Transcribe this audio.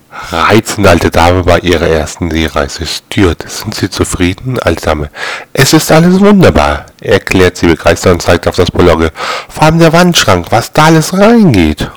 Reizende alte Dame bei ihrer ersten Seereise. Stuart, sind Sie zufrieden, alte Dame? Es ist alles wunderbar, erklärt sie begeistert und zeigt auf das Pologge. Vor allem der Wandschrank, was da alles reingeht.